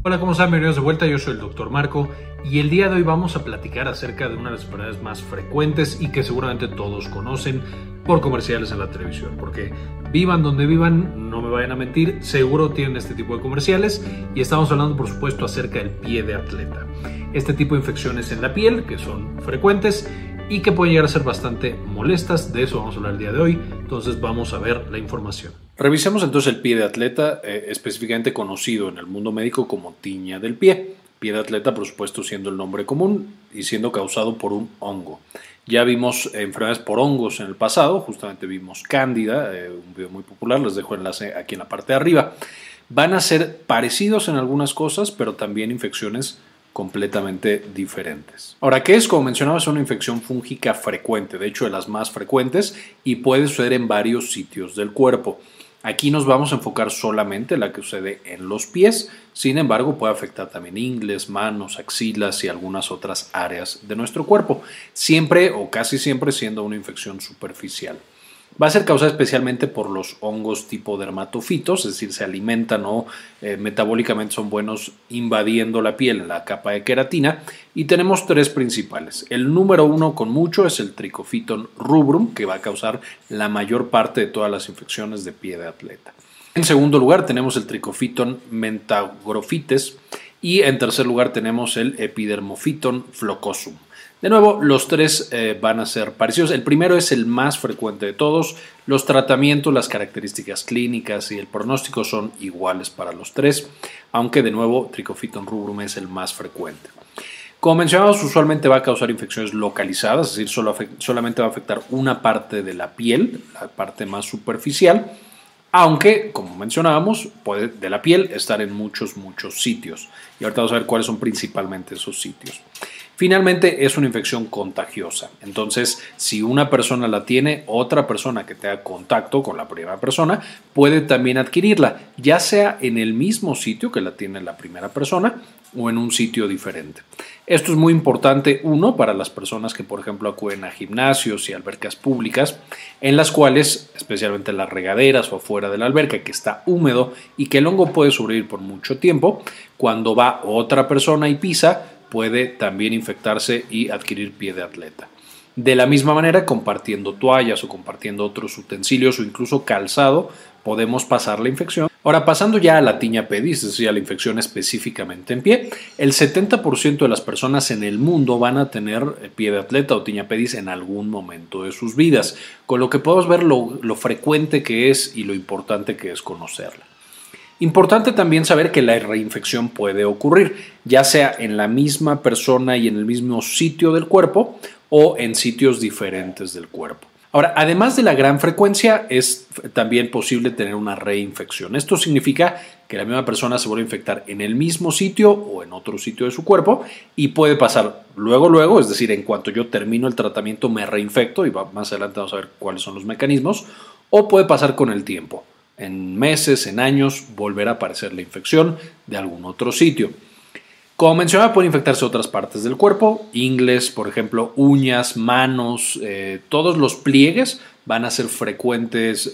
Hola, ¿cómo están? Bienvenidos de vuelta, yo soy el Dr. Marco y el día de hoy vamos a platicar acerca de una de las enfermedades más frecuentes y que seguramente todos conocen por comerciales en la televisión, porque vivan donde vivan, no me vayan a mentir, seguro tienen este tipo de comerciales y estamos hablando por supuesto acerca del pie de atleta. Este tipo de infecciones en la piel que son frecuentes y que pueden llegar a ser bastante molestas, de eso vamos a hablar el día de hoy, entonces vamos a ver la información. Revisemos entonces el pie de atleta, específicamente conocido en el mundo médico como tiña del pie. Pie de atleta, por supuesto, siendo el nombre común y siendo causado por un hongo. Ya vimos enfermedades por hongos en el pasado, justamente vimos Cándida, un video muy popular, les dejo el enlace aquí en la parte de arriba. Van a ser parecidos en algunas cosas, pero también infecciones completamente diferentes. Ahora, ¿qué es? Como mencionaba, es una infección fúngica frecuente, de hecho de las más frecuentes, y puede suceder en varios sitios del cuerpo. Aquí nos vamos a enfocar solamente en la que sucede en los pies, sin embargo puede afectar también ingles, manos, axilas y algunas otras áreas de nuestro cuerpo, siempre o casi siempre siendo una infección superficial. Va a ser causada especialmente por los hongos tipo dermatofitos, es decir, se alimentan o metabólicamente son buenos invadiendo la piel, la capa de queratina, y tenemos tres principales. El número uno con mucho es el Trichophyton rubrum, que va a causar la mayor parte de todas las infecciones de pie de atleta. En segundo lugar tenemos el Trichophyton mentagrophytes y en tercer lugar tenemos el Epidermophyton flocosum. De nuevo, los tres van a ser parecidos. El primero es el más frecuente de todos. Los tratamientos, las características clínicas y el pronóstico son iguales para los tres, aunque de nuevo Trichophyton rubrum es el más frecuente. Como mencionamos, usualmente va a causar infecciones localizadas, es decir, solamente va a afectar una parte de la piel, la parte más superficial, aunque, como mencionábamos, puede de la piel estar en muchos sitios. Y ahorita vamos a ver cuáles son principalmente esos sitios. Finalmente, es una infección contagiosa. Entonces, si una persona la tiene, otra persona que tenga contacto con la primera persona puede también adquirirla, ya sea en el mismo sitio que la tiene la primera persona o en un sitio diferente. Esto es muy importante, uno, para las personas que, por ejemplo, acuden a gimnasios y albercas públicas, en las cuales, especialmente en las regaderas o afuera de la alberca, que está húmedo y que el hongo puede sobrevivir por mucho tiempo, cuando va otra persona y pisa, puede también infectarse y adquirir pie de atleta. De la misma manera, compartiendo toallas o compartiendo otros utensilios o incluso calzado, podemos pasar la infección. Ahora, pasando ya a la tiña pedis, es decir, a la infección específicamente en pie, el 70% de las personas en el mundo van a tener pie de atleta o tiña pedis en algún momento de sus vidas, con lo que podemos ver lo frecuente que es y lo importante que es conocerla. Importante también saber que la reinfección puede ocurrir, ya sea en la misma persona y en el mismo sitio del cuerpo o en sitios diferentes del cuerpo. Ahora, además de la gran frecuencia, es también posible tener una reinfección. Esto significa que la misma persona se vuelve a infectar en el mismo sitio o en otro sitio de su cuerpo y puede pasar luego, es decir, en cuanto yo termino el tratamiento me reinfecto y más adelante vamos a ver cuáles son los mecanismos, o puede pasar con el tiempo. En meses, en años, volverá a aparecer la infección de algún otro sitio. Como mencionaba, pueden infectarse otras partes del cuerpo, ingles, por ejemplo, uñas, manos, todos los pliegues van a ser frecuentes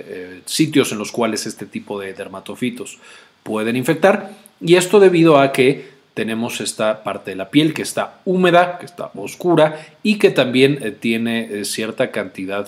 sitios en los cuales este tipo de dermatofitos pueden infectar, y esto debido a que tenemos esta parte de la piel que está húmeda, que está oscura y que también tiene cierta cantidad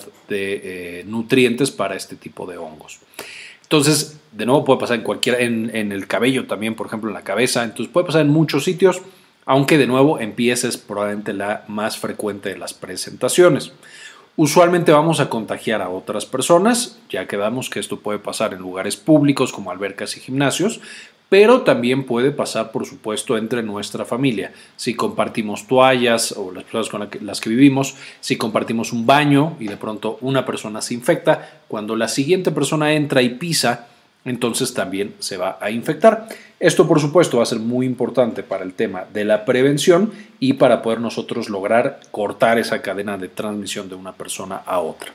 de nutrientes para este tipo de hongos. Entonces, de nuevo puede pasar en el cabello también, por ejemplo en la cabeza, entonces puede pasar en muchos sitios, aunque de nuevo en pies es probablemente la más frecuente de las presentaciones. Usualmente vamos a contagiar a otras personas, ya quedamos que esto puede pasar en lugares públicos como albercas y gimnasios, pero también puede pasar, por supuesto, entre nuestra familia. Si compartimos toallas o las personas con las que vivimos, si compartimos un baño y de pronto una persona se infecta, cuando la siguiente persona entra y pisa, entonces también se va a infectar. Esto, por supuesto, va a ser muy importante para el tema de la prevención y para poder nosotros lograr cortar esa cadena de transmisión de una persona a otra.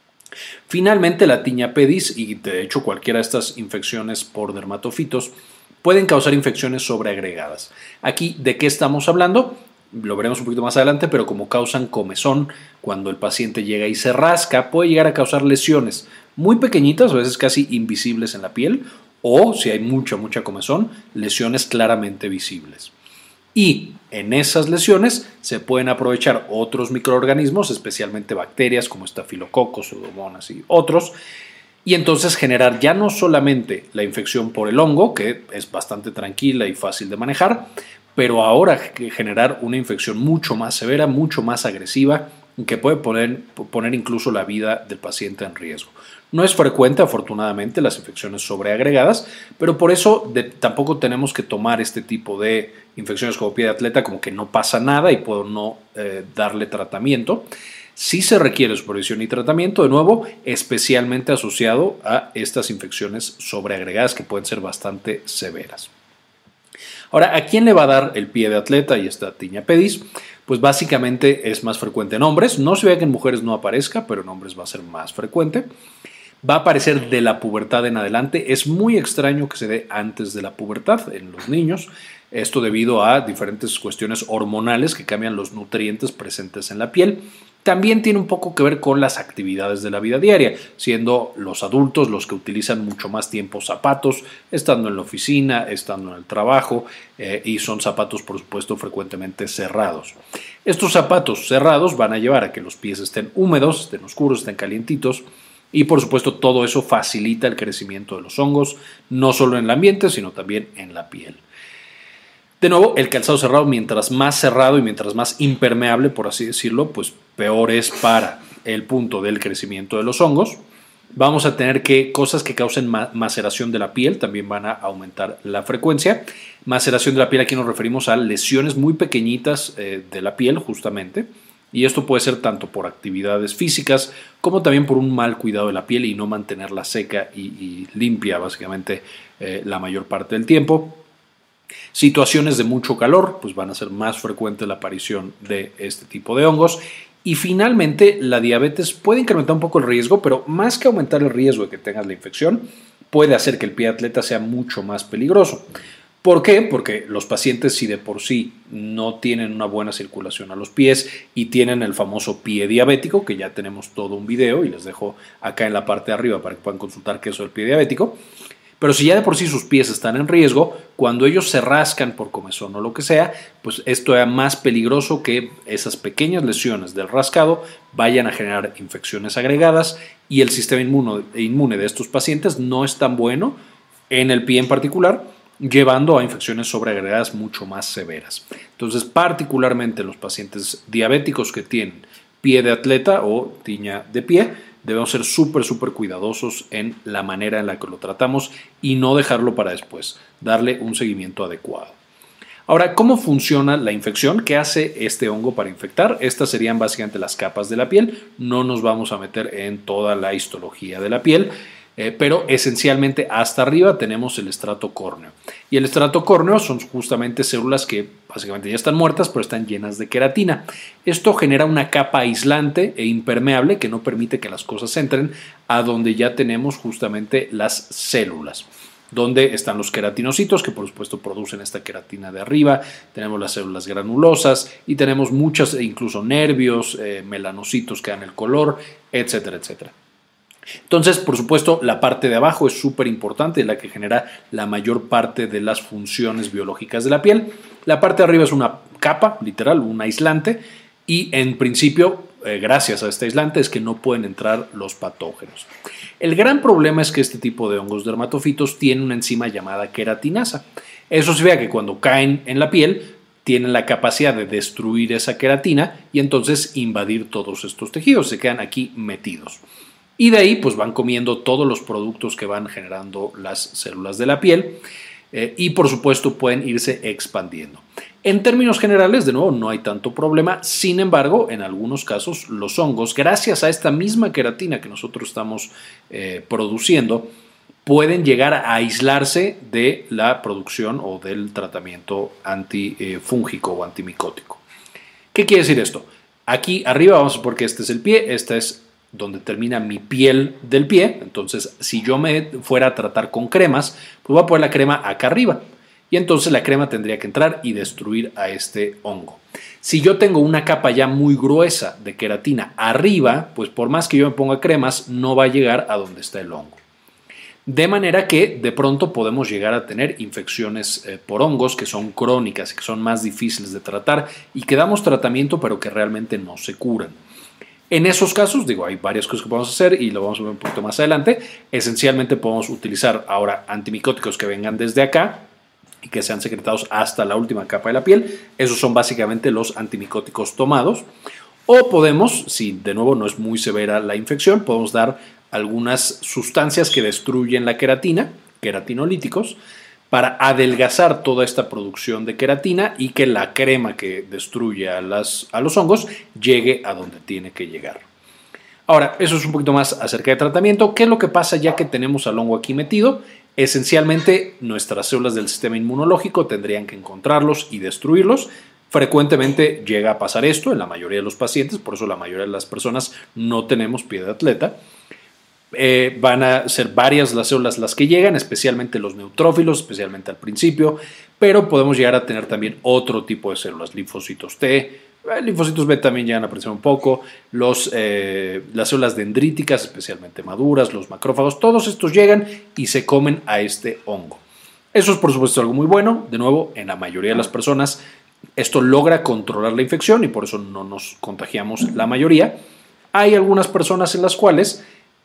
Finalmente, la tiña pedis y de hecho cualquiera de estas infecciones por dermatofitos pueden causar infecciones sobreagregadas. Aquí, ¿de qué estamos hablando? Lo veremos un poquito más adelante, pero como causan comezón, cuando el paciente llega y se rasca, puede llegar a causar lesiones muy pequeñitas, a veces casi invisibles en la piel, o si hay mucha comezón, lesiones claramente visibles. Y en esas lesiones se pueden aprovechar otros microorganismos, especialmente bacterias como estafilococos, pseudomonas y otros, y entonces generar ya no solamente la infección por el hongo, que es bastante tranquila y fácil de manejar, pero ahora generar una infección mucho más severa, mucho más agresiva, que puede poner incluso la vida del paciente en riesgo. No es frecuente, afortunadamente, las infecciones sobreagregadas, pero por eso tampoco tenemos que tomar este tipo de infecciones como pie de atleta como que no pasa nada y puedo no darle tratamiento. Sí se requiere supervisión y tratamiento, de nuevo, especialmente asociado a estas infecciones sobreagregadas que pueden ser bastante severas. Ahora, ¿a quién le va a dar el pie de atleta y esta tiña pedis? Pues básicamente es más frecuente en hombres. No se ve que en mujeres no aparezca, pero en hombres va a ser más frecuente. Va a aparecer de la pubertad en adelante. Es muy extraño que se dé antes de la pubertad en los niños. Esto debido a diferentes cuestiones hormonales que cambian los nutrientes presentes en la piel. También tiene un poco que ver con las actividades de la vida diaria, siendo los adultos los que utilizan mucho más tiempo zapatos, estando en la oficina, estando en el trabajo, y son zapatos, por supuesto, frecuentemente cerrados. Estos zapatos cerrados van a llevar a que los pies estén húmedos, estén oscuros, estén calientitos, y por supuesto todo eso facilita el crecimiento de los hongos, no solo en el ambiente, sino también en la piel. De nuevo, el calzado cerrado, mientras más cerrado y mientras más impermeable, por así decirlo, pues peor es para el punto del crecimiento de los hongos. Vamos a tener que cosas que causen maceración de la piel, también van a aumentar la frecuencia. Maceración de la piel, aquí nos referimos a lesiones muy pequeñitas de la piel, justamente. Y esto puede ser tanto por actividades físicas como también por un mal cuidado de la piel y no mantenerla seca y limpia, básicamente, la mayor parte del tiempo. Situaciones de mucho calor, pues van a ser más frecuente la aparición de este tipo de hongos. Y finalmente, la diabetes puede incrementar un poco el riesgo, pero más que aumentar el riesgo de que tengas la infección, puede hacer que el pie de atleta sea mucho más peligroso. ¿Por qué? Porque los pacientes, si de por sí no tienen una buena circulación a los pies y tienen el famoso pie diabético, que ya tenemos todo un video y les dejo acá en la parte de arriba para que puedan consultar qué es el pie diabético. Pero si ya de por sí sus pies están en riesgo, cuando ellos se rascan por comezón o lo que sea, pues esto es más peligroso que esas pequeñas lesiones del rascado vayan a generar infecciones agregadas y el sistema inmune de estos pacientes no es tan bueno en el pie en particular, llevando a infecciones sobreagregadas mucho más severas. Entonces, particularmente los pacientes diabéticos que tienen pie de atleta o tiña de pie, debemos ser súper cuidadosos en la manera en la que lo tratamos y no dejarlo para después, darle un seguimiento adecuado. Ahora, ¿cómo funciona la infección? ¿Qué hace este hongo para infectar? Estas serían básicamente las capas de la piel. No nos vamos a meter en toda la histología de la piel, pero esencialmente hasta arriba tenemos el estrato córneo. Y el estrato córneo son justamente células que básicamente ya están muertas, pero están llenas de queratina. Esto genera una capa aislante e impermeable que no permite que las cosas entren a donde ya tenemos justamente las células, donde están los queratinocitos que por supuesto producen esta queratina de arriba, tenemos las células granulosas y tenemos muchas, incluso nervios, melanocitos que dan el color, etcétera. Entonces, por supuesto, la parte de abajo es súper importante, la que genera la mayor parte de las funciones biológicas de la piel. La parte de arriba es una capa, literal, un aislante, y en principio, gracias a este aislante, es que no pueden entrar los patógenos. El gran problema es que este tipo de hongos dermatofitos tienen una enzima llamada queratinasa. Eso significa que cuando caen en la piel, tienen la capacidad de destruir esa queratina y entonces invadir todos estos tejidos, se quedan aquí metidos. Y de ahí pues van comiendo todos los productos que van generando las células de la piel y por supuesto pueden irse expandiendo. En términos generales, de nuevo, no hay tanto problema. Sin embargo, en algunos casos los hongos, gracias a esta misma queratina que nosotros estamos produciendo, pueden llegar a aislarse de la producción o del tratamiento antifúngico o antimicótico. ¿Qué quiere decir esto? Aquí arriba vamos a suponer que este es el pie, esta es donde termina mi piel del pie. Entonces, si yo me fuera a tratar con cremas, pues voy a poner la crema acá arriba. Y entonces la crema tendría que entrar y destruir a este hongo. Si yo tengo una capa ya muy gruesa de queratina arriba, pues por más que yo me ponga cremas, no va a llegar a donde está el hongo. De manera que de pronto podemos llegar a tener infecciones por hongos que son crónicas y que son más difíciles de tratar y que damos tratamiento pero que realmente no se curan. En esos casos, hay varias cosas que podemos hacer y lo vamos a ver un poquito más adelante. Esencialmente podemos utilizar ahora antimicóticos que vengan desde acá y que sean secretados hasta la última capa de la piel. Esos son básicamente los antimicóticos tomados. O podemos, si de nuevo no es muy severa la infección, podemos dar algunas sustancias que destruyen la queratina, queratinolíticos, para adelgazar toda esta producción de queratina y que la crema que destruye a los hongos llegue a donde tiene que llegar. Ahora, eso es un poquito más acerca de tratamiento. ¿Qué es lo que pasa ya que tenemos al hongo aquí metido? Esencialmente, nuestras células del sistema inmunológico tendrían que encontrarlos y destruirlos. Frecuentemente llega a pasar esto en la mayoría de los pacientes, por eso la mayoría de las personas no tenemos pie de atleta. Van a ser varias las células las que llegan, especialmente los neutrófilos, especialmente al principio, pero podemos llegar a tener también otro tipo de células, linfocitos T, linfocitos B también llegan a aparecer un poco, las células dendríticas, especialmente maduras, los macrófagos, todos estos llegan y se comen a este hongo. Eso es por supuesto algo muy bueno, de nuevo, en la mayoría de las personas esto logra controlar la infección y por eso no nos contagiamos la mayoría. Hay algunas personas en las cuales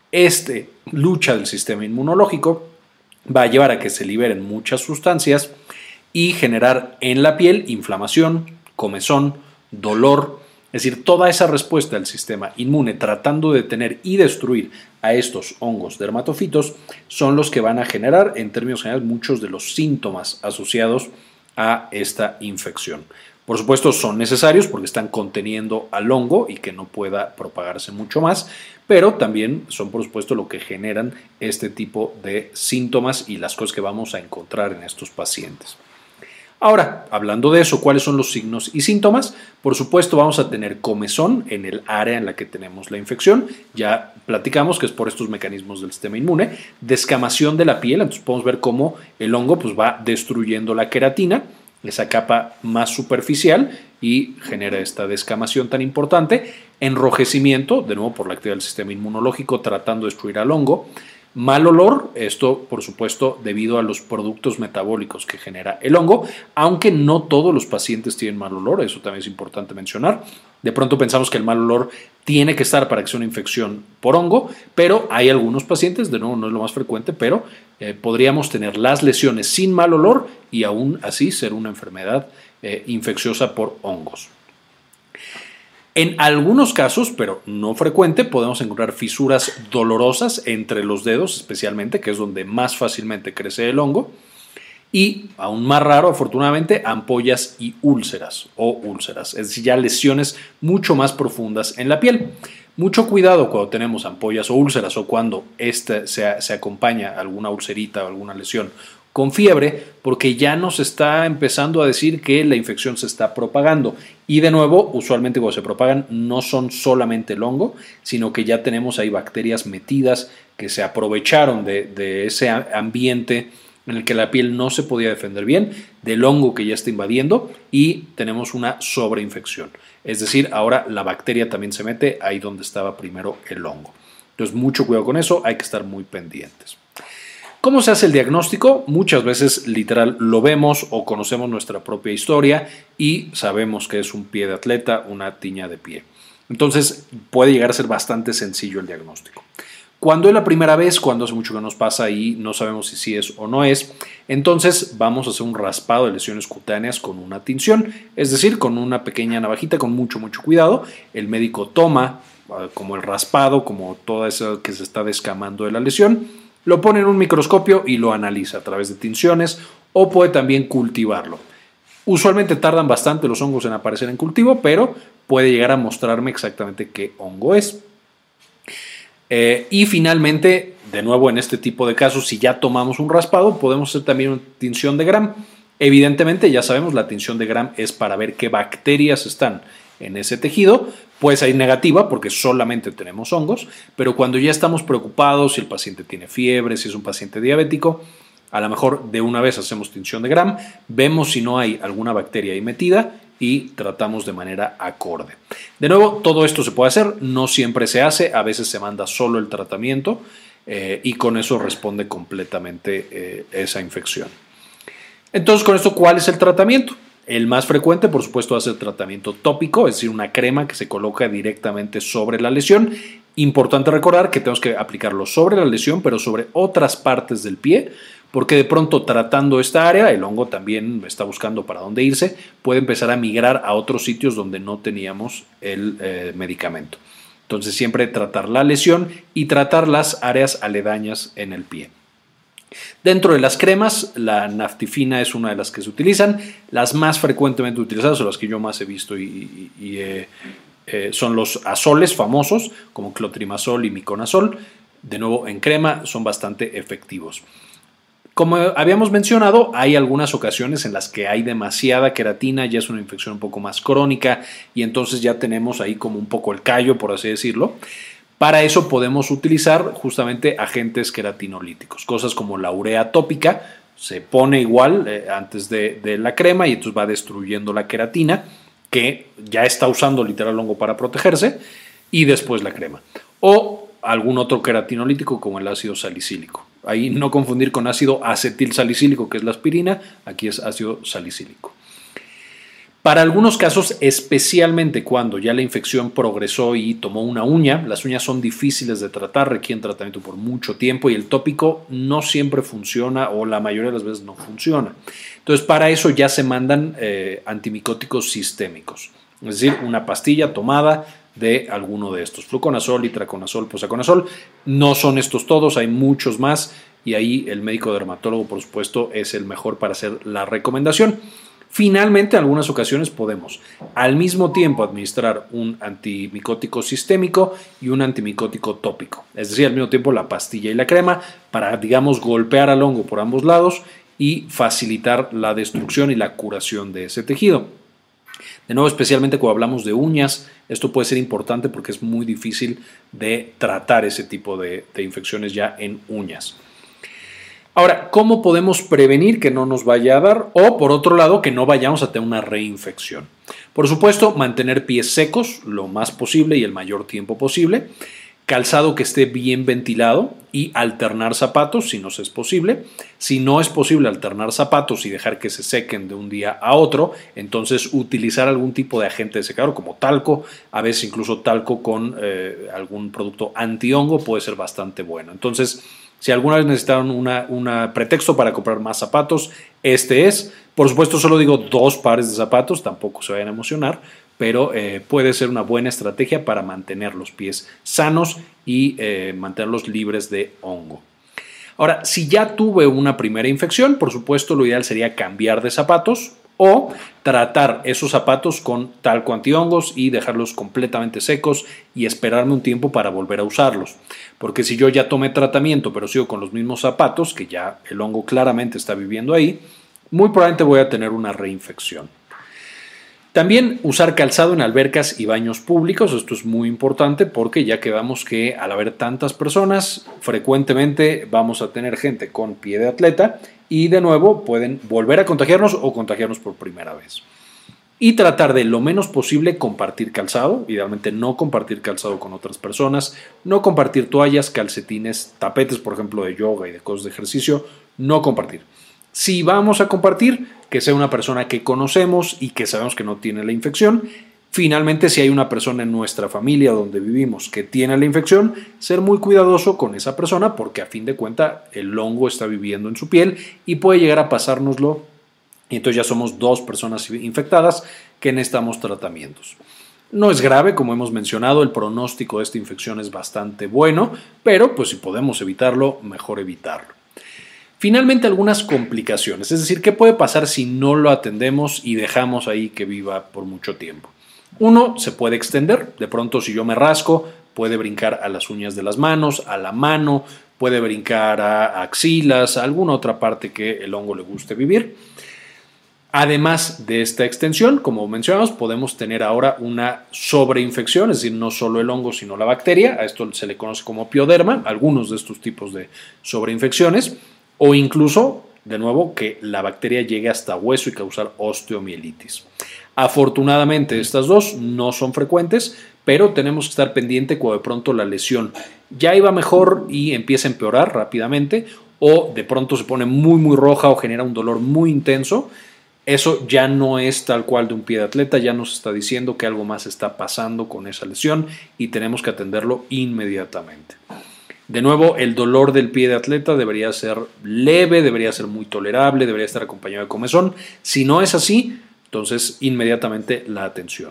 lucha del sistema inmunológico va a llevar a que se liberen muchas sustancias y generar en la piel inflamación, comezón, dolor, es decir, toda esa respuesta del sistema inmune tratando de detener y destruir a estos hongos dermatofitos son los que van a generar en términos generales muchos de los síntomas asociados a esta infección. Por supuesto son necesarios porque están conteniendo al hongo y que no pueda propagarse mucho más, pero también son por supuesto lo que generan este tipo de síntomas y las cosas que vamos a encontrar en estos pacientes. Ahora, hablando de eso, ¿cuáles son los signos y síntomas? Por supuesto vamos a tener comezón en el área en la que tenemos la infección, ya platicamos que es por estos mecanismos del sistema inmune, descamación de la piel, entonces podemos ver cómo el hongo va destruyendo la queratina, esa capa más superficial y genera esta descamación tan importante, enrojecimiento, de nuevo por la actividad del sistema inmunológico tratando de destruir al hongo, mal olor, esto por supuesto debido a los productos metabólicos que genera el hongo, aunque no todos los pacientes tienen mal olor, eso también es importante mencionar. De pronto pensamos que el mal olor tiene que estar para que sea una infección por hongo, pero hay algunos pacientes, de nuevo no es lo más frecuente, pero podríamos tener las lesiones sin mal olor y aún así ser una enfermedad infecciosa por hongos. En algunos casos, pero no frecuente, podemos encontrar fisuras dolorosas entre los dedos, especialmente, que es donde más fácilmente crece el hongo. Y, aún más raro, afortunadamente, ampollas y úlceras o úlceras, es decir, ya lesiones mucho más profundas en la piel. Mucho cuidado cuando tenemos ampollas o úlceras o cuando se acompaña alguna ulcerita o alguna lesión con fiebre, porque ya nos está empezando a decir que la infección se está propagando. Y de nuevo, usualmente cuando se propagan no son solamente el hongo, sino que ya tenemos ahí bacterias metidas que se aprovecharon de ese ambiente en el que la piel no se podía defender bien, del hongo que ya está invadiendo y tenemos una sobreinfección. Es decir, ahora la bacteria también se mete ahí donde estaba primero el hongo. Entonces, mucho cuidado con eso, hay que estar muy pendientes. ¿Cómo se hace el diagnóstico? Muchas veces literal lo vemos o conocemos nuestra propia historia y sabemos que es un pie de atleta, una tiña de pie. Entonces puede llegar a ser bastante sencillo el diagnóstico. Cuando es la primera vez, cuando hace mucho que nos pasa y no sabemos si sí es o no es, entonces vamos a hacer un raspado de lesiones cutáneas con una tinción, es decir, con una pequeña navajita con mucho cuidado. El médico toma como el raspado, como todo eso que se está descamando de la lesión, lo pone en un microscopio y lo analiza a través de tinciones o puede también cultivarlo. Usualmente tardan bastante los hongos en aparecer en cultivo, pero puede llegar a mostrarme exactamente qué hongo es. Y finalmente, de nuevo en este tipo de casos, si ya tomamos un raspado, podemos hacer también una tinción de Gram. Evidentemente, ya sabemos, la tinción de Gram es para ver qué bacterias están en ese tejido. Puede salir negativa porque solamente tenemos hongos, pero cuando ya estamos preocupados, si el paciente tiene fiebre, si es un paciente diabético, a lo mejor de una vez hacemos tinción de Gram, vemos si no hay alguna bacteria ahí metida y tratamos de manera acorde. De nuevo, todo esto se puede hacer, no siempre se hace, a veces se manda solo el tratamiento y con eso responde completamente esa infección. Entonces, con esto, ¿cuál es el tratamiento? El más frecuente, por supuesto, va a ser tratamiento tópico, es decir, una crema que se coloca directamente sobre la lesión. Importante recordar que tenemos que aplicarlo sobre la lesión, pero sobre otras partes del pie, porque de pronto tratando esta área, el hongo también está buscando para dónde irse, puede empezar a migrar a otros sitios donde no teníamos el medicamento. Entonces, siempre tratar la lesión y tratar las áreas aledañas en el pie. Dentro de las cremas, la naftifina es una de las que se utilizan. Las más frecuentemente utilizadas, o las que yo más he visto son los azoles famosos, como clotrimazol y miconazol. De nuevo, en crema son bastante efectivos. Como habíamos mencionado, hay algunas ocasiones en las que hay demasiada queratina, ya es una infección un poco más crónica y entonces ya tenemos ahí como un poco el callo, por así decirlo. Para eso podemos utilizar justamente agentes queratinolíticos, cosas como la urea tópica, se pone igual antes de la crema y entonces va destruyendo la queratina, que ya está usando literal hongo para protegerse, y después la crema. O algún otro queratinolítico como el ácido salicílico. Ahí no confundir con ácido acetilsalicílico, que es la aspirina, aquí es ácido salicílico. Para algunos casos, especialmente cuando ya la infección progresó y tomó una uña, las uñas son difíciles de tratar, requieren tratamiento por mucho tiempo y el tópico no siempre funciona o la mayoría de las veces no funciona. Entonces, para eso ya se mandan antimicóticos sistémicos, es decir, una pastilla tomada de alguno de estos, fluconazol, itraconazol, posaconazol. No son estos todos, hay muchos más y ahí el médico dermatólogo, por supuesto, es el mejor para hacer la recomendación. Finalmente, en algunas ocasiones podemos al mismo tiempo administrar un antimicótico sistémico y un antimicótico tópico, es decir, al mismo tiempo la pastilla y la crema para, digamos, golpear al hongo por ambos lados y facilitar la destrucción y la curación de ese tejido. De nuevo, especialmente cuando hablamos de uñas, esto puede ser importante porque es muy difícil de tratar ese tipo de infecciones ya en uñas. Ahora, ¿cómo podemos prevenir que no nos vaya a dar o, por otro lado, que no vayamos a tener una reinfección? Por supuesto, mantener pies secos lo más posible y el mayor tiempo posible, calzado que esté bien ventilado y alternar zapatos si nos es posible. Si no es posible alternar zapatos y dejar que se sequen de un día a otro, entonces utilizar algún tipo de agente de secador como talco, a veces incluso talco con algún producto antihongo puede ser bastante bueno. Entonces, si alguna vez necesitaron un pretexto para comprar más zapatos, este es. Por supuesto, solo digo 2 pares de zapatos, tampoco se vayan a emocionar, pero puede ser una buena estrategia para mantener los pies sanos y mantenerlos libres de hongo. Ahora, si ya tuve una primera infección, por supuesto, lo ideal sería cambiar de zapatos o tratar esos zapatos con talco antihongos y dejarlos completamente secos y esperarme un tiempo para volver a usarlos. Porque si yo ya tomé tratamiento pero sigo con los mismos zapatos, que ya el hongo claramente está viviendo ahí, muy probablemente voy a tener una reinfección. También usar calzado en albercas y baños públicos, esto es muy importante porque ya quedamos que al haber tantas personas, frecuentemente vamos a tener gente con pie de atleta y de nuevo pueden volver a contagiarnos o contagiarnos por primera vez. Y tratar de lo menos posible compartir calzado, idealmente no compartir calzado con otras personas, no compartir toallas, calcetines, tapetes, por ejemplo, de yoga y de cosas de ejercicio, no compartir. Si vamos a compartir, que sea una persona que conocemos y que sabemos que no tiene la infección. Finalmente, si hay una persona en nuestra familia donde vivimos que tiene la infección, ser muy cuidadoso con esa persona porque a fin de cuentas el hongo está viviendo en su piel y puede llegar a pasárnoslo y entonces ya somos 2 personas infectadas que necesitamos tratamientos. No es grave, como hemos mencionado, el pronóstico de esta infección es bastante bueno, pero pues si podemos evitarlo, mejor evitarlo. Finalmente, algunas complicaciones, es decir, ¿qué puede pasar si no lo atendemos y dejamos ahí que viva por mucho tiempo? Uno, se puede extender, de pronto si yo me rasco, puede brincar a las uñas de las manos, a la mano, puede brincar a axilas, a alguna otra parte que el hongo le guste vivir. Además de esta extensión, como mencionamos, podemos tener ahora una sobreinfección, es decir, no solo el hongo, sino la bacteria. A esto se le conoce como pioderma, algunos de estos tipos de sobreinfecciones. O incluso, de nuevo, que la bacteria llegue hasta hueso y causar osteomielitis. Afortunadamente estas dos no son frecuentes, pero tenemos que estar pendiente cuando de pronto la lesión ya iba mejor y empieza a empeorar rápidamente, o de pronto se pone muy roja o genera un dolor muy intenso. Eso ya no es tal cual de un pie de atleta, ya nos está diciendo que algo más está pasando con esa lesión y tenemos que atenderlo inmediatamente. De nuevo, el dolor del pie de atleta debería ser leve, debería ser muy tolerable, debería estar acompañado de comezón. Si no es así, entonces inmediatamente la atención.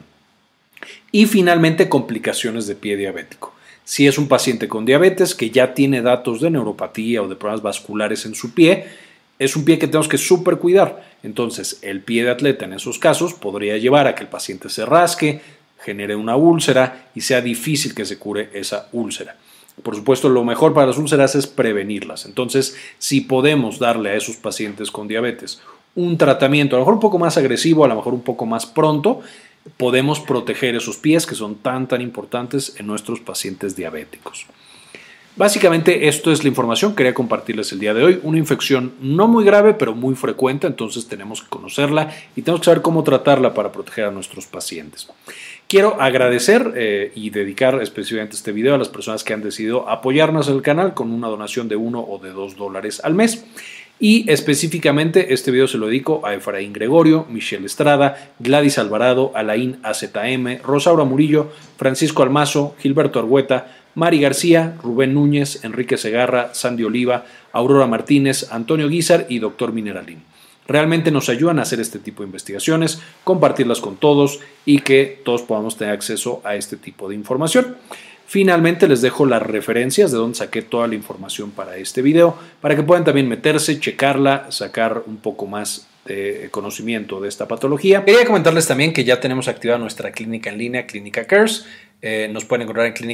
Y finalmente, complicaciones de pie diabético. Si es un paciente con diabetes que ya tiene datos de neuropatía o de problemas vasculares en su pie, es un pie que tenemos que súper cuidar. Entonces, el pie de atleta en esos casos podría llevar a que el paciente se rasque, genere una úlcera y sea difícil que se cure esa úlcera. Por supuesto, lo mejor para las úlceras es prevenirlas. Entonces, si podemos darle a esos pacientes con diabetes un tratamiento, a lo mejor un poco más agresivo, a lo mejor un poco más pronto, podemos proteger esos pies que son tan importantes en nuestros pacientes diabéticos. Básicamente esto es la información que quería compartirles el día de hoy. Una infección no muy grave, pero muy frecuente, entonces tenemos que conocerla y tenemos que saber cómo tratarla para proteger a nuestros pacientes. Quiero agradecer y dedicar específicamente este video a las personas que han decidido apoyarnos en el canal con una donación de $1 o de $2 al mes. Y específicamente este video se lo dedico a Efraín Gregorio, Michelle Estrada, Gladys Alvarado, Alain AZM, Rosaura Murillo, Francisco Almazo, Gilberto Argueta, Mari García, Rubén Núñez, Enrique Segarra, Sandy Oliva, Aurora Martínez, Antonio Guizar y Dr. Mineralín. Realmente nos ayudan a hacer este tipo de investigaciones, compartirlas con todos y que todos podamos tener acceso a este tipo de información. Finalmente les dejo las referencias de donde saqué toda la información para este video, para que puedan también meterse, checarla, sacar un poco más de conocimiento de esta patología. Quería comentarles también que ya tenemos activada nuestra clínica en línea, Clínica Cares. Nos pueden encontrar en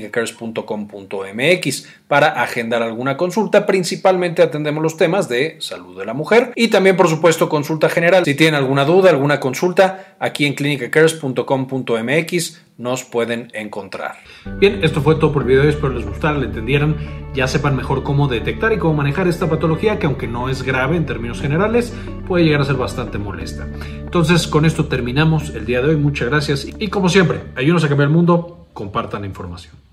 clinicacares.com.mx para agendar alguna consulta. Principalmente atendemos los temas de salud de la mujer y también, por supuesto, consulta general. Si tienen alguna duda, alguna consulta, aquí en clinicacares.com.mx nos pueden encontrar. Bien, esto fue todo por el video. Espero les gustara, le entendieran, ya sepan mejor cómo detectar y cómo manejar esta patología que, aunque no es grave en términos generales, puede llegar a ser bastante molesta. Entonces, con esto terminamos el día de hoy. Muchas gracias y, como siempre, ayúdenos a cambiar el mundo. Compartan la información.